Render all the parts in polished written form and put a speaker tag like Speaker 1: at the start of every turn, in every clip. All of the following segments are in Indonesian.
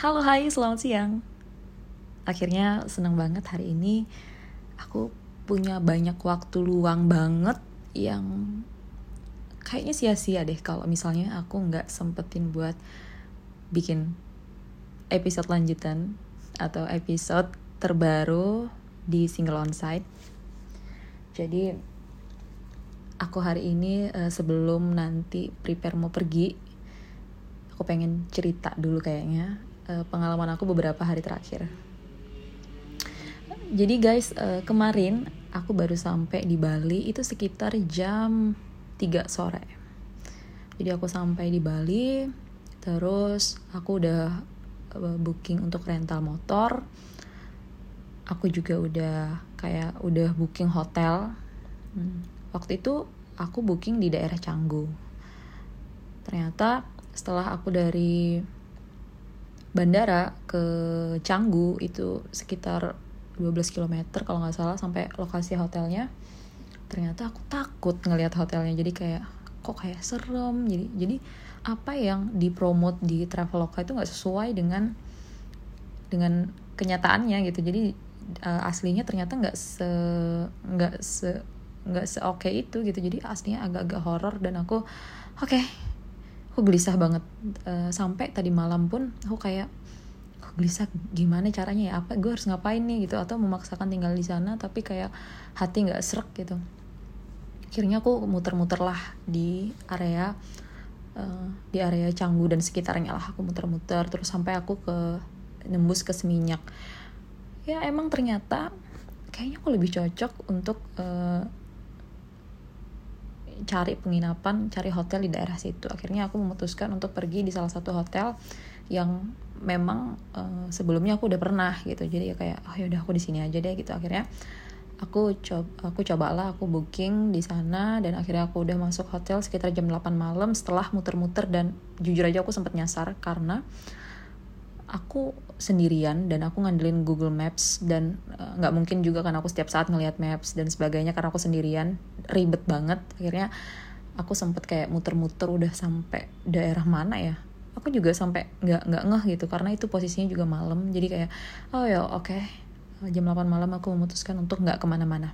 Speaker 1: Halo, hai, selamat siang. Akhirnya seneng banget hari ini. Aku punya banyak waktu luang banget yang kayaknya sia-sia deh kalau misalnya aku nggak sempetin buat bikin episode lanjutan atau episode terbaru di Single Onsite. Jadi aku hari ini sebelum nanti prepare mau pergi, aku pengen cerita dulu kayaknya pengalaman aku beberapa hari terakhir. Jadi guys, kemarin aku baru sampai di Bali itu sekitar jam 3 sore. Jadi aku sampai di Bali, terus aku udah booking untuk rental motor. Aku juga udah booking hotel. Waktu itu aku booking di daerah Canggu. Ternyata setelah aku dari bandara ke Canggu itu sekitar 12 km kalau nggak salah sampai lokasi hotelnya. Ternyata aku takut ngelihat hotelnya, jadi kok kayak serem. Jadi apa yang dipromot di Traveloka itu nggak sesuai dengan kenyataannya gitu. Jadi aslinya ternyata nggak se oke itu gitu. Jadi aslinya agak-agak horor dan aku gelisah banget. Sampai tadi malam pun aku kayak gelisah, gimana caranya ya, apa gue harus ngapain nih gitu, atau memaksakan tinggal di sana tapi kayak hati nggak srek gitu. Akhirnya aku muter-muter lah di area Canggu dan sekitarnya lah. Aku muter-muter terus sampai aku nembus ke Seminyak. Ya emang ternyata kayaknya aku lebih cocok untuk cari penginapan, cari hotel di daerah situ. Akhirnya aku memutuskan untuk pergi di salah satu hotel yang memang sebelumnya aku udah pernah gitu. Jadi ya kayak yaudah aku di sini aja deh gitu. Akhirnya aku cobalah, aku booking di sana dan akhirnya aku udah masuk hotel sekitar jam 8 malam setelah muter-muter. Dan jujur aja aku sempat nyasar karena aku sendirian dan aku ngandelin Google Maps dan nggak mungkin juga kan aku setiap saat ngelihat maps dan sebagainya karena aku sendirian, ribet banget. Akhirnya aku sempet kayak muter-muter udah sampai daerah mana ya, aku juga sampai nggak ngeh gitu karena itu posisinya juga malam. Jadi kayak jam 8 malam aku memutuskan untuk nggak kemana-mana.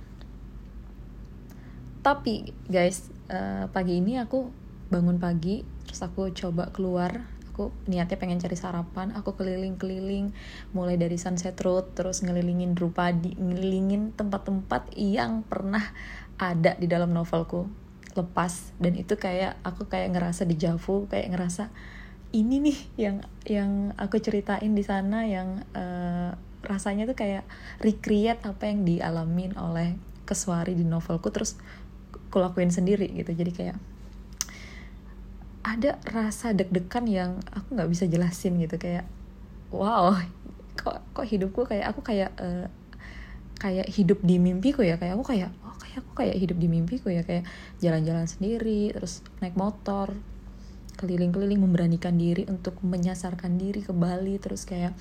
Speaker 1: Tapi guys, pagi ini aku bangun pagi terus aku coba keluar. Aku niatnya pengen cari sarapan. Aku keliling-keliling mulai dari Sunset Road, terus ngelilingin Drupadi, ngelilingin tempat-tempat yang pernah ada di dalam novelku Lepas. Dan itu aku kayak ngerasa deja vu, kayak ngerasa ini nih yang aku ceritain di sana, yang rasanya tuh kayak recreate apa yang dialamin oleh Keswari di novelku, terus aku lakuin sendiri gitu. Jadi kayak ada rasa deg-degan yang aku nggak bisa jelasin gitu. Kayak wow, kok hidupku kayak aku kayak hidup di mimpiku ya. Kayak aku kayak hidup di mimpiku ya. Kayak jalan-jalan sendiri, terus naik motor keliling-keliling, memberanikan diri untuk menyasarkan diri ke Bali, terus kayak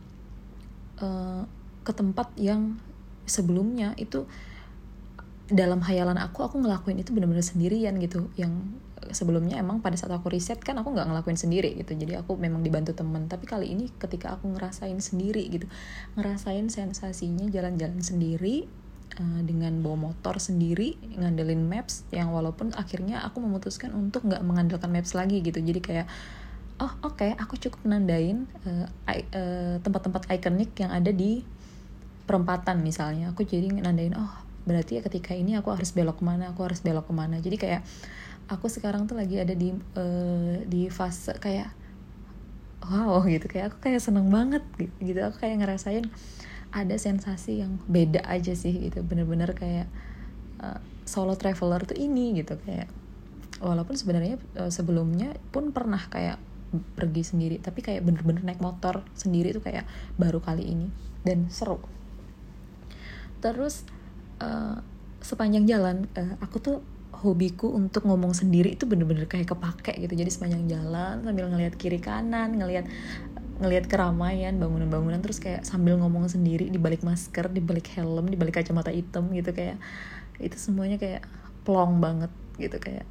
Speaker 1: ke tempat yang sebelumnya itu dalam hayalan aku ngelakuin itu benar-benar sendirian gitu. Yang sebelumnya emang pada saat aku riset kan aku nggak ngelakuin sendiri gitu, jadi aku memang dibantu teman. Tapi kali ini ketika aku ngerasain sendiri gitu, ngerasain sensasinya jalan-jalan sendiri, dengan bawa motor sendiri, ngandelin maps, yang walaupun akhirnya aku memutuskan untuk nggak mengandalkan maps lagi gitu. Jadi kayak aku cukup nandain tempat-tempat ikonik yang ada di perempatan misalnya. Aku jadi nandain berarti ya ketika ini aku harus belok kemana. Jadi kayak aku sekarang tuh lagi ada di fase kayak wow gitu. Kayak aku kayak seneng banget gitu. Aku kayak ngerasain ada sensasi yang beda aja sih gitu. Bener-bener kayak solo traveler tuh ini gitu. Kayak walaupun sebenarnya sebelumnya pun pernah kayak pergi sendiri, tapi kayak bener-bener naik motor sendiri tuh kayak baru kali ini dan seru. Terus sepanjang jalan aku tuh hobiku untuk ngomong sendiri itu bener-bener kayak kepake gitu. Jadi sepanjang jalan sambil ngelihat kiri kanan, ngelihat keramaian, bangunan-bangunan, terus kayak sambil ngomong sendiri di balik masker, di balik helm, di balik kacamata hitam gitu. Kayak itu semuanya kayak plong banget gitu. Kayak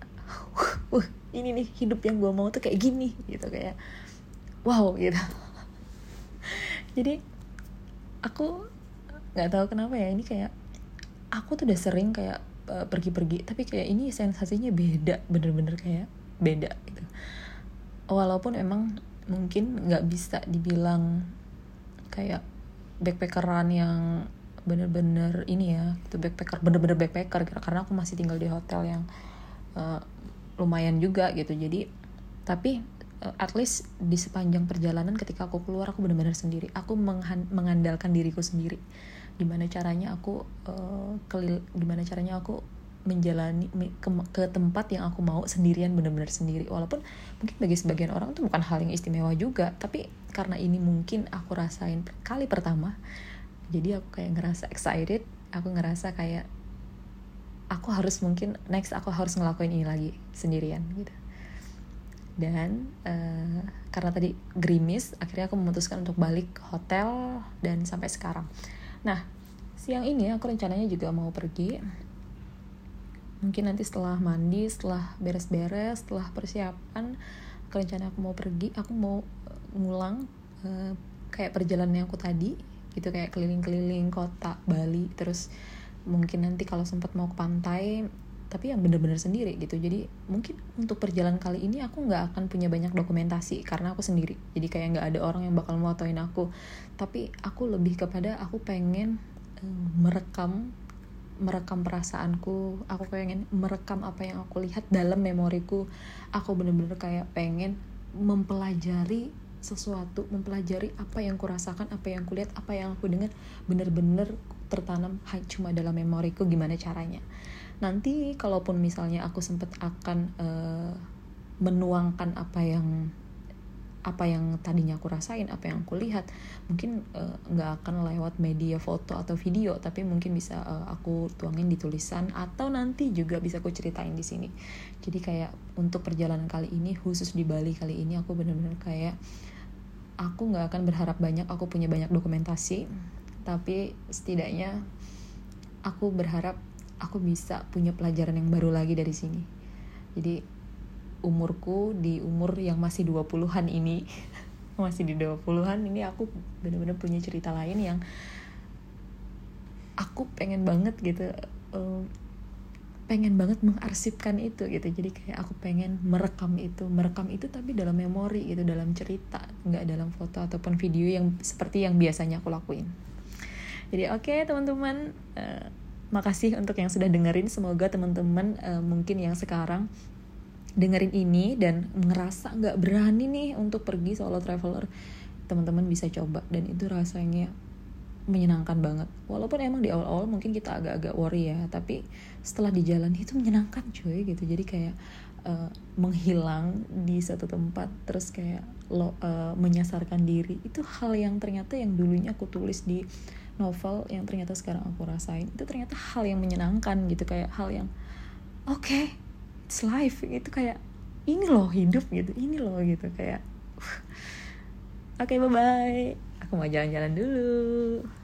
Speaker 1: ini nih hidup yang gue mau tuh kayak gini gitu. Kayak wow gitu. Jadi aku nggak tahu kenapa ya, ini kayak aku tuh udah sering kayak pergi-pergi, tapi kayak ini sensasinya beda, bener-bener kayak beda gitu. Walaupun emang mungkin nggak bisa dibilang kayak backpackeran yang bener-bener ini ya, itu bener-bener backpacker karena aku masih tinggal di hotel yang lumayan juga gitu. Jadi tapi at least di sepanjang perjalanan ketika aku keluar, aku benar-benar sendiri. Aku mengandalkan diriku sendiri. Gimana caranya aku menjalani ke tempat yang aku mau sendirian, benar-benar sendiri. Walaupun mungkin bagi sebagian orang itu bukan hal yang istimewa juga, tapi karena ini mungkin aku rasain kali pertama, jadi aku kayak ngerasa excited. Aku ngerasa kayak aku harus ngelakuin ini lagi sendirian gitu. Dan karena tadi gerimis, akhirnya aku memutuskan untuk balik ke hotel dan sampai sekarang. Nah, siang ini aku rencananya juga mau pergi. Mungkin nanti setelah mandi, setelah beres-beres, setelah persiapan, aku mau pergi. Aku mau ngulang kayak perjalanan aku tadi gitu, kayak keliling-keliling kota Bali. Terus mungkin nanti kalau sempat mau ke pantai, tapi yang benar-benar sendiri gitu. Jadi mungkin untuk perjalanan kali ini aku nggak akan punya banyak dokumentasi karena aku sendiri. Jadi kayak nggak ada orang yang bakal motoin aku. Tapi aku lebih kepada aku pengen merekam perasaanku. Aku pengen merekam apa yang aku lihat dalam memoriku. Aku benar-benar kayak pengen mempelajari sesuatu, mempelajari apa yang kurasakan, apa yang kulihat, apa yang aku dengar, benar-benar tertanam cuma dalam memoriku. Gimana caranya? Nanti kalaupun misalnya aku sempat akan menuangkan apa yang tadinya aku rasain, apa yang aku lihat, mungkin nggak akan lewat media foto atau video, tapi mungkin bisa aku tuangin di tulisan, atau nanti juga bisa aku ceritain di sini. Jadi kayak untuk perjalanan kali ini, khusus di Bali kali ini, aku benar-benar kayak aku nggak akan berharap banyak aku punya banyak dokumentasi, tapi setidaknya aku berharap aku bisa punya pelajaran yang baru lagi dari sini. Jadi umurku di umur yang masih 20-an ini masih di 20-an ini, aku benar-benar punya cerita lain yang aku pengen banget gitu, pengen banget mengarsipkan itu gitu. Jadi kayak aku pengen merekam itu tapi dalam memori gitu, dalam cerita, nggak dalam foto ataupun video yang seperti yang biasanya aku lakuin. Jadi oke, teman-teman, makasih untuk yang sudah dengerin. Semoga teman-teman mungkin yang sekarang dengerin ini dan ngerasa gak berani nih untuk pergi solo traveler, teman-teman bisa coba, dan itu rasanya menyenangkan banget. Walaupun emang di awal-awal mungkin kita agak-agak worry ya, tapi setelah di jalan itu menyenangkan cuy gitu. Jadi kayak menghilang di satu tempat, terus kayak menyasarkan diri. Itu hal yang ternyata yang dulunya aku tulis di novel, yang ternyata sekarang aku rasain, itu ternyata hal yang menyenangkan gitu. Kayak hal yang okay, it's life gitu, kayak ini loh hidup gitu, ini loh gitu, kayak okay, bye bye, aku mau jalan-jalan dulu.